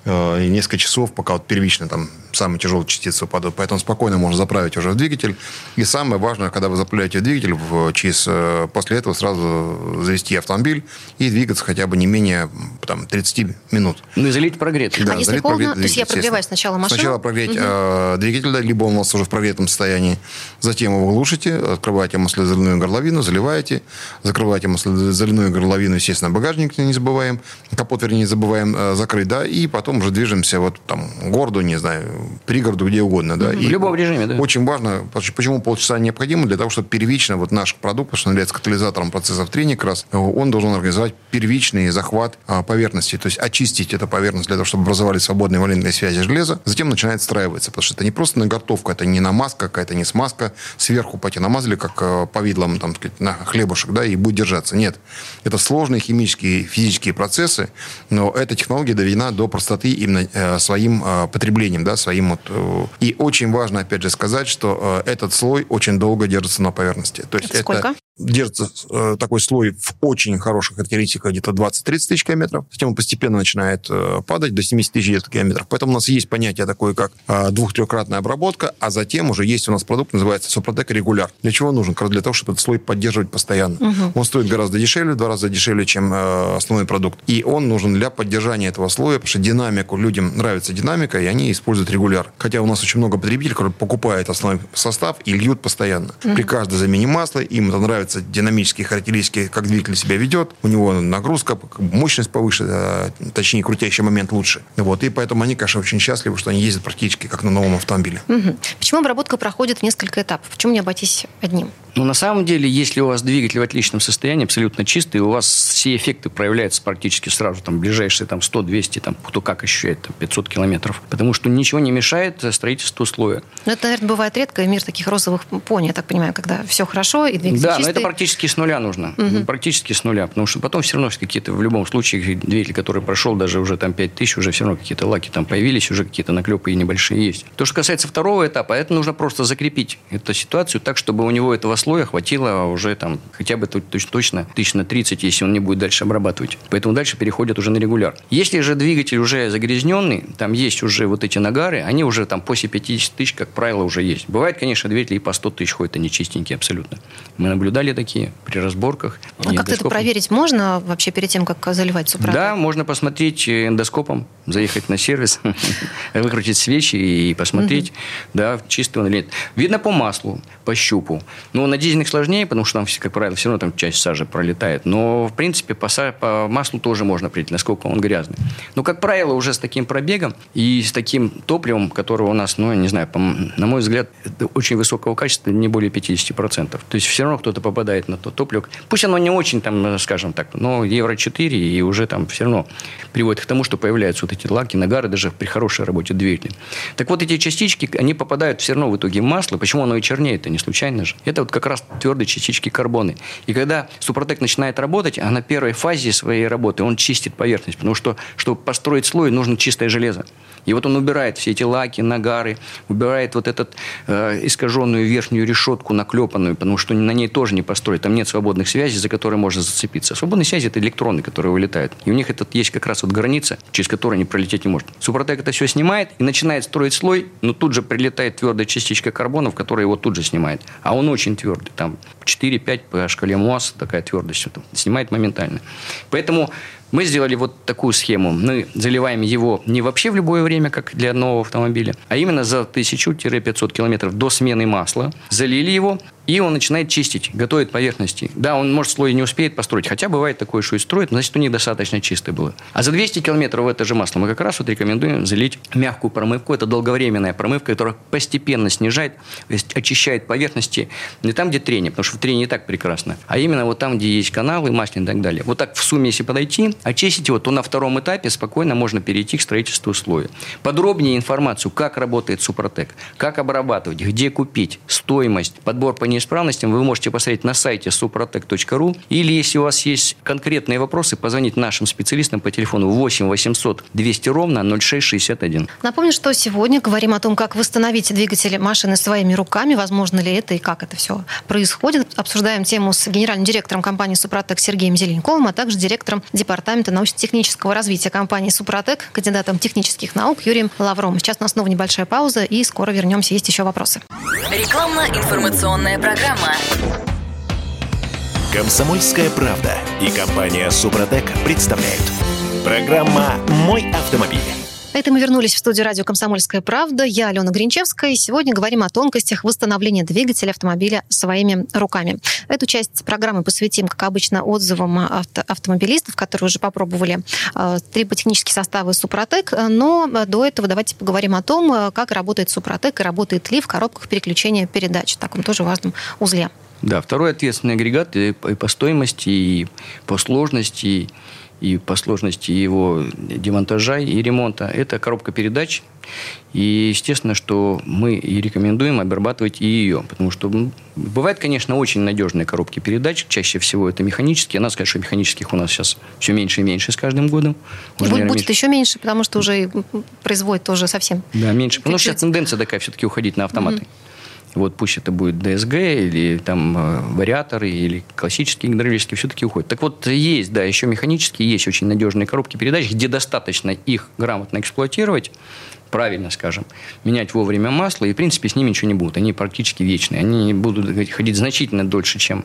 и несколько часов, пока вот первично там самые тяжелые частицы выпадают. Поэтому спокойно можно заправить уже в двигатель. И самое важное, когда вы заправляете в двигатель, в, через, после этого сразу завести автомобиль и двигаться хотя бы не менее там, тридцать минут. Ну и залить прогретый. Да, а если холодно, то есть я прогреваю сначала машину? Сначала прогреть угу. э, двигатель, да, либо он у вас уже в прогретом состоянии. Затем его глушите, открываете маслозаливную горловину, заливаете, закрываете маслозаливную горловину, естественно, багажник не забываем, капот, вернее, не забываем э, закрыть, да, и потом уже движемся вот там к городу, не знаю, пригороду, где угодно, да. В и любом режиме, да. Очень важно, почему полчаса необходимо, для того, чтобы первично вот наш продукт, потому что он является катализатором процессов трения как раз, он должен организовать первичный захват а, поверхности, то есть очистить эту поверхность для того, чтобы образовались свободные валентные связи железа, затем начинает встраиваться, потому что это не просто наготовка, это не намазка какая-то, не смазка, сверху пойти намазали, как а, повидлом, там, сказать, на хлебушек, да, и будет держаться. Нет. Это сложные химические, физические процессы, но эта технология доведена до простоты именно э, своим э, потреблением, да, своим вот, э, и очень важно, опять же, сказать, что э, этот слой очень долго держится на поверхности. То есть это сколько? Это держится э, такой слой в очень хороших характеристиках где-то двадцать-тридцать тысяч километров. Затем он постепенно начинает э, падать до семьдесят тысяч километров. Поэтому у нас есть понятие такое, как э, двух-трехкратная обработка, а затем уже есть у нас продукт, называется Супротек Регуляр. Для чего нужен? Как раз для того, чтобы этот слой поддерживать постоянно. Угу. Он стоит гораздо дешевле, в два раза дешевле, чем э, основной продукт. И он нужен для поддержания этого слоя, потому что динамику, людям нравится динамика, и они используют регуляр. Хотя у нас очень много потребителей, которые покупают основной состав и льют постоянно. Угу. При каждой замене масла им это нравится, динамические характеристики, как двигатель себя ведет, у него нагрузка, мощность повыше, точнее, крутящий момент лучше. Вот. И поэтому они, конечно, очень счастливы, что они ездят практически как на новом автомобиле. Угу. Почему обработка проходит в несколько этапов? Почему не обойтись одним? Ну, на самом деле, если у вас двигатель в отличном состоянии, абсолютно чистый, у вас все эффекты проявляются практически сразу, там, ближайшие там, сто-двести, там, кто как ощущает, там, пятьсот километров. Потому что ничего не мешает строительству слоя. Ну, это, наверное, бывает редко, мир таких розовых пони, я так понимаю, когда все хорошо, и двигатель да, чистый. Да, но это практически с нуля нужно. Угу. Практически с нуля. Потому что потом все равно какие-то, в любом случае, двигатель, который прошел даже уже там пять тысяч, уже все равно какие-то лаки там появились, уже какие-то наклепы и небольшие есть. То, что касается второго этапа, это нужно просто закрепить эту ситуацию так, чтобы у него этого слоя хватило уже там хотя бы точно тысяч на тридцать, если он не будет дальше обрабатывать. Поэтому дальше переходят уже на регуляр. Если же двигатель уже загрязненный, там есть уже вот эти нагары, они уже там после пятьдесят тысяч, как правило, уже есть. Бывает, конечно, двигатели и по сто тысяч ходят, они чистенькие абсолютно. Мы наблюдали такие при разборках. А как это проверить можно вообще перед тем, как заливать Супротек? Да, можно посмотреть эндоскопом, заехать на сервис, выкрутить свечи и посмотреть, да, чистый он или нет. Видно по маслу, по щупу. Но на дизельных сложнее, потому что там, как правило, все равно там часть сажи пролетает. Но, в принципе, по, по маслу тоже можно определить, насколько он грязный. Но, как правило, уже с таким пробегом и с таким топливом, которого у нас, ну, я не знаю, по, на мой взгляд, очень высокого качества, не более пятьдесят процентов. То есть, все равно кто-то попадает на то топливо. Пусть оно не очень, там, скажем так, но евро четыре, и уже там все равно приводит к тому, что появляются вот эти лаки, нагары, даже при хорошей работе двигателя. Так вот, эти частички, они попадают все равно в итоге в масло. Почему оно и чернеет-то, не случайно же? Это вот как раз твердые частички карбона. И когда Супротек начинает работать, а на первой фазе своей работы он чистит поверхность, потому что, чтобы построить слой, нужно чистое железо. И вот он убирает все эти лаки, нагары, убирает вот эту э, искаженную верхнюю решетку, наклепанную, потому что на ней тоже не построить. Там нет свободных связей, за которые можно зацепиться. Свободные связи – это электроны, которые вылетают. И у них этот, есть как раз вот граница, через которую они пролететь не может. Супротек это все снимает и начинает строить слой, но тут же прилетает твердая частичка карбона, в которой его тут же снимает. А он очень твердый. Там четыре-пять по шкале МОАС такая твердость. Снимает моментально. Поэтому мы сделали вот такую схему. Мы заливаем его не вообще в любое время, как для нового автомобиля, а именно за тысячу-пятьсот километров до смены масла. Залили его, и он начинает чистить, готовит поверхности. Да, он, может, слой не успеет построить, хотя бывает такое, что и строит, но значит, у них достаточно чистое было. А за двести километров в это же масло мы как раз вот рекомендуем залить мягкую промывку. Это долговременная промывка, которая постепенно снижает, то есть очищает поверхности не там, где трение, потому что в трении и так прекрасно, а именно вот там, где есть каналы, масляные и так далее. Вот так в сумме, если подойти, очистить его, то на втором этапе спокойно можно перейти к строительству слоя. Подробнее информацию, как работает Супротек, как обрабатывать, где купить, стоимость, подбор по неисправностям вы можете посмотреть на сайте супротек точка ру. Или, если у вас есть конкретные вопросы, позвонить нашим специалистам по телефону восемь восемьсот двести ровно ноль шесть шестьдесят один. Напомню, что сегодня говорим о том, как восстановить двигатель машины своими руками, возможно ли это и как это все происходит. Обсуждаем тему с генеральным директором компании «Супротек» Сергеем Зеленковым, а также директором департамента научно-технического развития компании «Супротек», кандидатом технических наук Юрием Лавровым. Сейчас у нас снова небольшая пауза, и скоро вернемся. Есть еще вопросы. Рекламно-информационная программа. «Комсомольская правда» и компания «Супротек» представляют. Программа «Мой автомобиль». Это мы вернулись в студию радио «Комсомольская правда». Я Алена Гринчевская. И сегодня говорим о тонкостях восстановления двигателя автомобиля своими руками. Эту часть программы посвятим, как обычно, отзывам авто- автомобилистов, которые уже попробовали э, триботехнические составы «Супротек». Но до этого давайте поговорим о том, как работает «Супротек» и работает ли в коробках переключения передач. В таком тоже важном узле. Да, второй ответственный агрегат и по стоимости, и по сложности, и по сложности его демонтажа и ремонта. Это коробка передач. И естественно, что мы и рекомендуем обрабатывать и ее. Потому что бывают, конечно, очень надежные коробки передач. Чаще всего это механические. Надо сказать, что механических у нас сейчас все меньше и меньше с каждым годом. И будет, будет еще меньше, потому что уже производят тоже совсем. Да, меньше. Потому что сейчас тенденция такая все-таки уходить на автоматы. Mm-hmm. Вот пусть это будет ди эс джи или там вариаторы, или классические гидравлические, все-таки уходят. Так вот, есть, да, еще механические, есть очень надежные коробки передач, где достаточно их грамотно эксплуатировать, правильно скажем, менять вовремя масло, и, в принципе, с ними ничего не будет. Они практически вечные. Они будут ходить значительно дольше, чем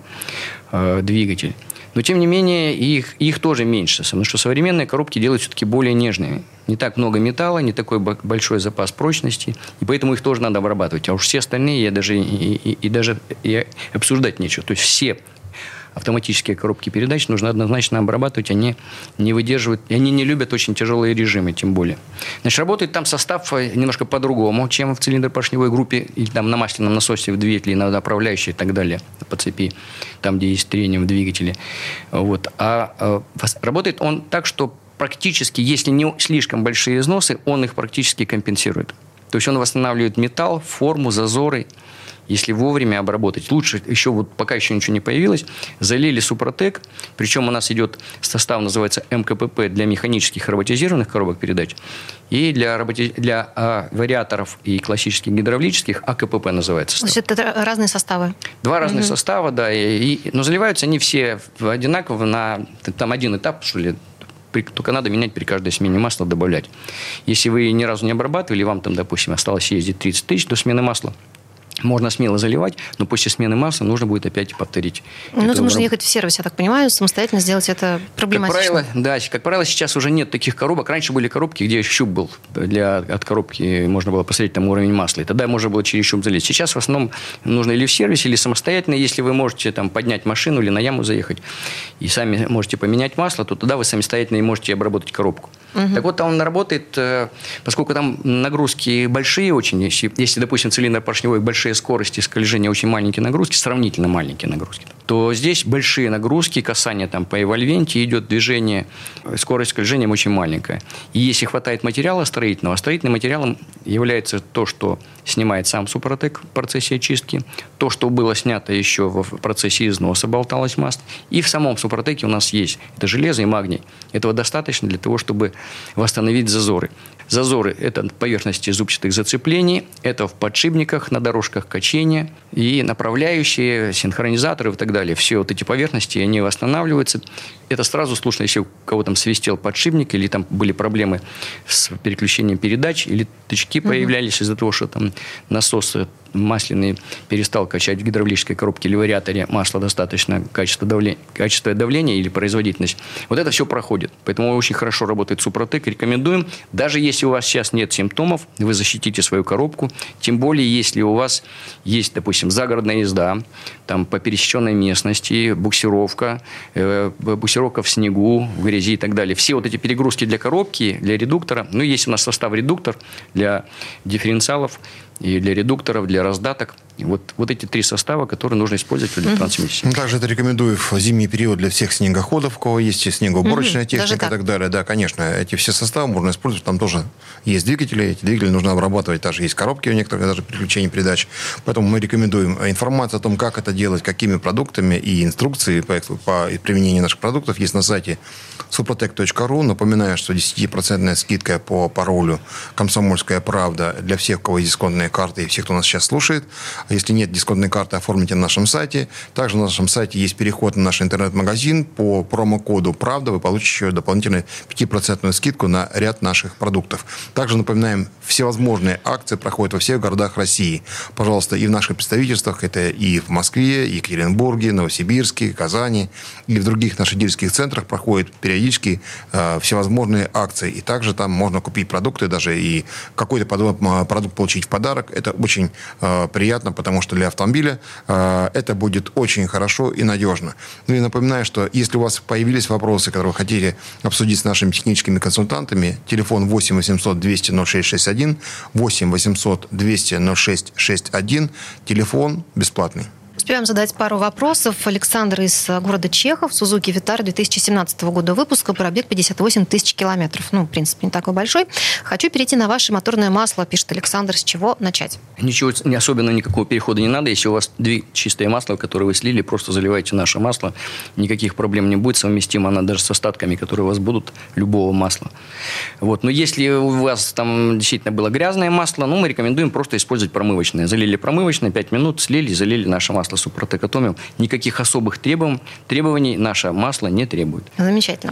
э, двигатель. Но, тем не менее, их, их тоже меньше, потому что современные коробки делают все-таки более нежными. Не так много металла, не такой большой запас прочности, и поэтому их тоже надо обрабатывать. А уж все остальные я даже, и, и, и даже и обсуждать нечего. То есть все автоматические коробки передач нужно однозначно обрабатывать, они не выдерживают, и они не любят очень тяжелые режимы, тем более. Значит, работает там состав немножко по-другому, чем в цилиндропоршневой группе, или там на масляном насосе в двигателе, на направляющей и так далее, по цепи, там, где есть трение в двигателе. Вот. А, а работает он так, что практически, если не слишком большие износы, он их практически компенсирует. То есть он восстанавливает металл, форму, зазоры. Если вовремя обработать. Лучше еще, вот пока еще ничего не появилось, залили Супротек, причем у нас идет состав, называется эм ка пэ пэ для механических роботизированных коробок передач, и для, роботи... для а, вариаторов и классических гидравлических а ка пэ пэ называется состав. Значит, это разные составы? Два разных угу. состава, да. И, и, но заливаются они все одинаково на там один этап, что ли. Только надо менять при каждой смене масла, добавлять. Если вы ни разу не обрабатывали, вам там, допустим, осталось ездить тридцать тысяч до смены масла, можно смело заливать, но после смены масла нужно будет опять повторить. Ну, это нужно ехать в сервис, я так понимаю, самостоятельно сделать это проблематично. Как правило, да, как правило, сейчас уже нет таких коробок. Раньше были коробки, где щуп был. Для, от коробки можно было посмотреть там уровень масла. И тогда можно было через щуп залить. Сейчас в основном нужно или в сервисе, или самостоятельно. Если вы можете там поднять машину или на яму заехать и сами можете поменять масло, то тогда вы самостоятельно и можете обработать коробку. Угу. Так вот, он работает, поскольку там нагрузки большие очень. Если, если допустим, цилиндр поршневой большие скорости скольжения, очень маленькие нагрузки, сравнительно маленькие нагрузки, то здесь большие нагрузки, касание там по эвольвенте, идет движение, скорость скольжения очень маленькая. И если хватает материала строительного, строительным материалом является то, что снимает сам Супротек в процессе очистки, то, что было снято еще в процессе износа, болталось масло. И в самом Супротеке у нас есть это железо и магний. Этого достаточно для того, чтобы восстановить зазоры. Зазоры – это поверхности зубчатых зацеплений, это в подшипниках, на дорожках качения и направляющие, синхронизаторы и так далее. Все вот эти поверхности, они восстанавливаются. Это сразу слышно, если у кого там свистел подшипник, или там были проблемы с переключением передач, или тычки угу. появлялись из-за того, что там насос масляный перестал качать в гидравлической коробке или вариаторе масло достаточно, качество давления, качество давления или производительность. Вот это все проходит. Поэтому очень хорошо работает Супротек. Рекомендуем. Даже если у вас сейчас нет симптомов, вы защитите свою коробку. Тем более, если у вас есть, допустим, загородная езда, там по пересеченной местности, буксировка, э, буксировка в снегу, в грязи и так далее. Все вот эти перегрузки для коробки, для редуктора. Ну, есть у нас состав редуктор для дифференциалов. и для редукторов, для раздаток. Вот, вот эти три состава, которые нужно использовать в электротрансмиссии. Ну, также это рекомендую в зимний период для всех снегоходов, у кого есть снегоуборочная mm-hmm. техника так. и так далее. Да, конечно, эти все составы можно использовать. Там тоже есть двигатели. Эти двигатели нужно обрабатывать. Даже есть коробки у некоторых, даже переключение передач. Поэтому мы рекомендуем информацию о том, как это делать, какими продуктами и инструкции по, по применению наших продуктов есть на сайте супротек точка ру. Напоминаю, что десятипроцентная скидка по паролю «Комсомольская правда» для всех, у кого есть дисконтные карты и всех, кто нас сейчас слушает. Если нет дисконтной карты, оформите на нашем сайте. Также на нашем сайте есть переход на наш интернет-магазин. По промокоду «Правда» вы получите еще дополнительную пятипроцентную скидку на ряд наших продуктов. Также напоминаем, всевозможные акции проходят во всех городах России. Пожалуйста, и в наших представительствах, это и в Москве, и Екатеринбурге, Новосибирске, Казани, и в других наших дилерских центрах проходят периодически э, всевозможные акции. И также там можно купить продукты, даже и какой-то продукт получить в подарок. Это очень э, приятно, потому что для автомобиля э, это будет очень хорошо и надежно. Ну и напоминаю, что если у вас появились вопросы, которые вы хотите обсудить с нашими техническими консультантами, телефон восемь восемьсот двести ноль шесть шесть один, восемь восемьсот двести ноль шесть шесть один, телефон бесплатный. Успеваем задать пару вопросов. Александр из города Чехов, Сузуки Витара две тысячи семнадцатого года выпуска, пробег пятьдесят восемь тысяч километров. Ну, в принципе, не такой большой. Хочу перейти на ваше моторное масло, пишет Александр. С чего начать? Ничего не особенно, никакого перехода не надо. Если у вас две чистые масла, которые вы слили, просто заливайте наше масло. Никаких проблем не будет. Совместимо она даже с остатками, которые у вас будут, любого масла. Вот. Но если у вас там действительно было грязное масло, ну, мы рекомендуем просто использовать промывочное. Залили промывочное, пять минут, слили, залили наше масло Супротек Атомиум. Никаких особых требований, требований наше масло не требует. Замечательно.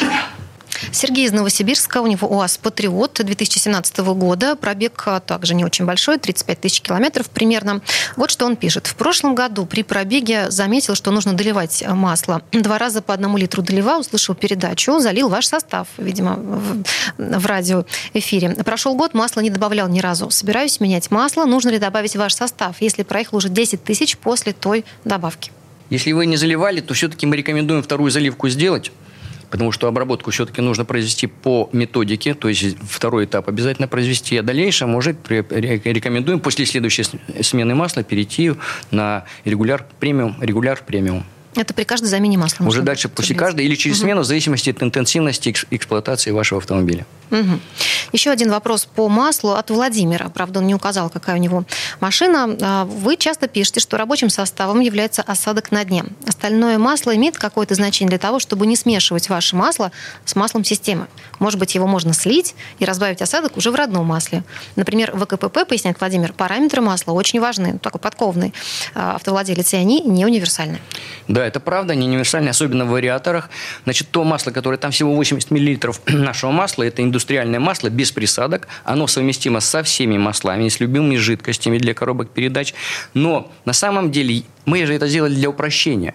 Сергей из Новосибирска, у него УАЗ «Патриот» две тысячи семнадцатого года. Пробег также не очень большой, тридцать пять тысяч километров примерно. Вот что он пишет. В прошлом году при пробеге заметил, что нужно доливать масло. Два раза по одному литру доливал, услышал передачу, залил ваш состав, видимо, в, в радиоэфире. Прошел год, масло не добавлял ни разу. Собираюсь менять масло. Нужно ли добавить ваш состав, если проехал уже десять тысяч после той добавки? Если вы не заливали, то все-таки мы рекомендуем вторую заливку сделать. Потому что обработку все-таки нужно произвести по методике, то есть второй этап обязательно произвести, а в дальнейшем уже рекомендуем после следующей смены масла перейти на регуляр премиум, регуляр премиум. Это при каждой замене масла? Уже дальше после каждой или через угу. смену, в зависимости от интенсивности эксплуатации вашего автомобиля. Угу. Еще один вопрос по маслу от Владимира. Правда, он не указал, какая у него машина. Вы часто пишете, что рабочим составом является осадок на дне. Остальное масло имеет какое-то значение для того, чтобы не смешивать ваше масло с маслом системы. Может быть, его можно слить и разбавить осадок уже в родном масле. Например, в ВКПП, поясняет Владимир, параметры масла очень важны. Такой подкованный автовладелец, и они не универсальны. Да, это правда, они универсальны, особенно в вариаторах. Значит, то масло, которое там всего восемьдесят миллилитров нашего масла, это индустриальное масло без присадок. Оно совместимо со всеми маслами, с любыми жидкостями для коробок передач. Но на самом деле мы же это сделали для упрощения.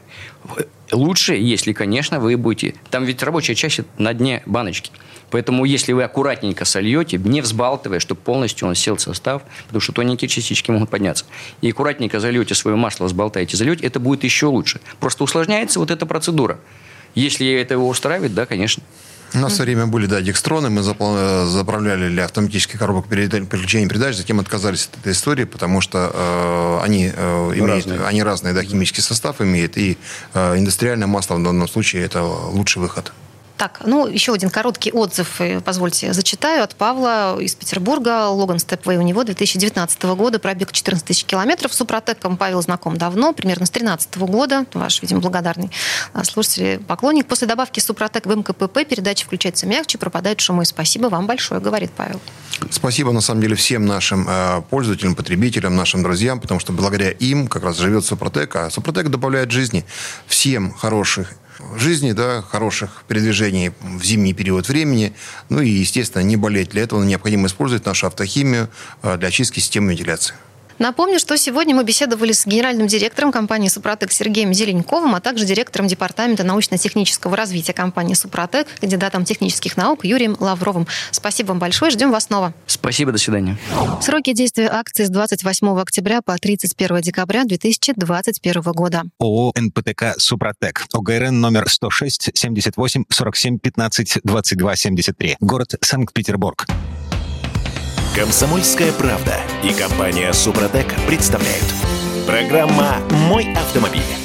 Лучше, если, конечно, вы будете... Там ведь рабочая часть на дне баночки. Поэтому, если вы аккуратненько сольете, не взбалтывая, чтобы полностью он сел в состав, потому что тоненькие частички могут подняться, и аккуратненько зальете свое масло, взболтаете, зальете, это будет еще лучше. Просто усложняется вот эта процедура. Если это его устраивает, да, конечно. У нас все время были, да, декстроны, мы заправляли для автоматических коробок переключения передач, затем отказались от этой истории, потому что э, они, э, имеют, разные. они разные, да, химический состав имеют, и э, индустриальное масло в данном случае это лучший выход. Так, ну, еще один короткий отзыв, позвольте, зачитаю, от Павла из Петербурга. Логан Степвей у него две тысячи девятнадцатого года, пробег четырнадцать тысяч километров. С Супротеком Павел знаком давно, примерно с две тысячи тринадцатого года. Ваш, видимо, благодарный слушатель, поклонник. После добавки Супротек в МКПП передача включается мягче, пропадают шумы. Спасибо вам большое, говорит Павел. Спасибо, на самом деле, всем нашим э, пользователям, потребителям, нашим друзьям, потому что благодаря им как раз живет Супротек, а Супротек добавляет жизни всем хороших жизни, да, хороших передвижений в зимний период времени. Ну и, естественно, не болеть. Для этого необходимо использовать нашу автохимию для очистки системы вентиляции. Напомню, что сегодня мы беседовали с генеральным директором компании «Супротек» Сергеем Зеленковым, а также директором департамента научно-технического развития компании «Супротек», кандидатом технических наук Юрием Лавровым. Спасибо вам большое, ждем вас снова. Спасибо, до свидания. Сроки действия акции с двадцать восьмого октября по тридцать первого декабря две тысячи двадцать первого года. ООО «эн пэ тэ ка «Супротек». ОГРН номер сто шесть семьдесят восемь сорок семь пятнадцать двадцать два семьдесят три. Город Санкт-Петербург. Комсомольская правда и компания «Супротек» представляют. Программа «Мой автомобиль».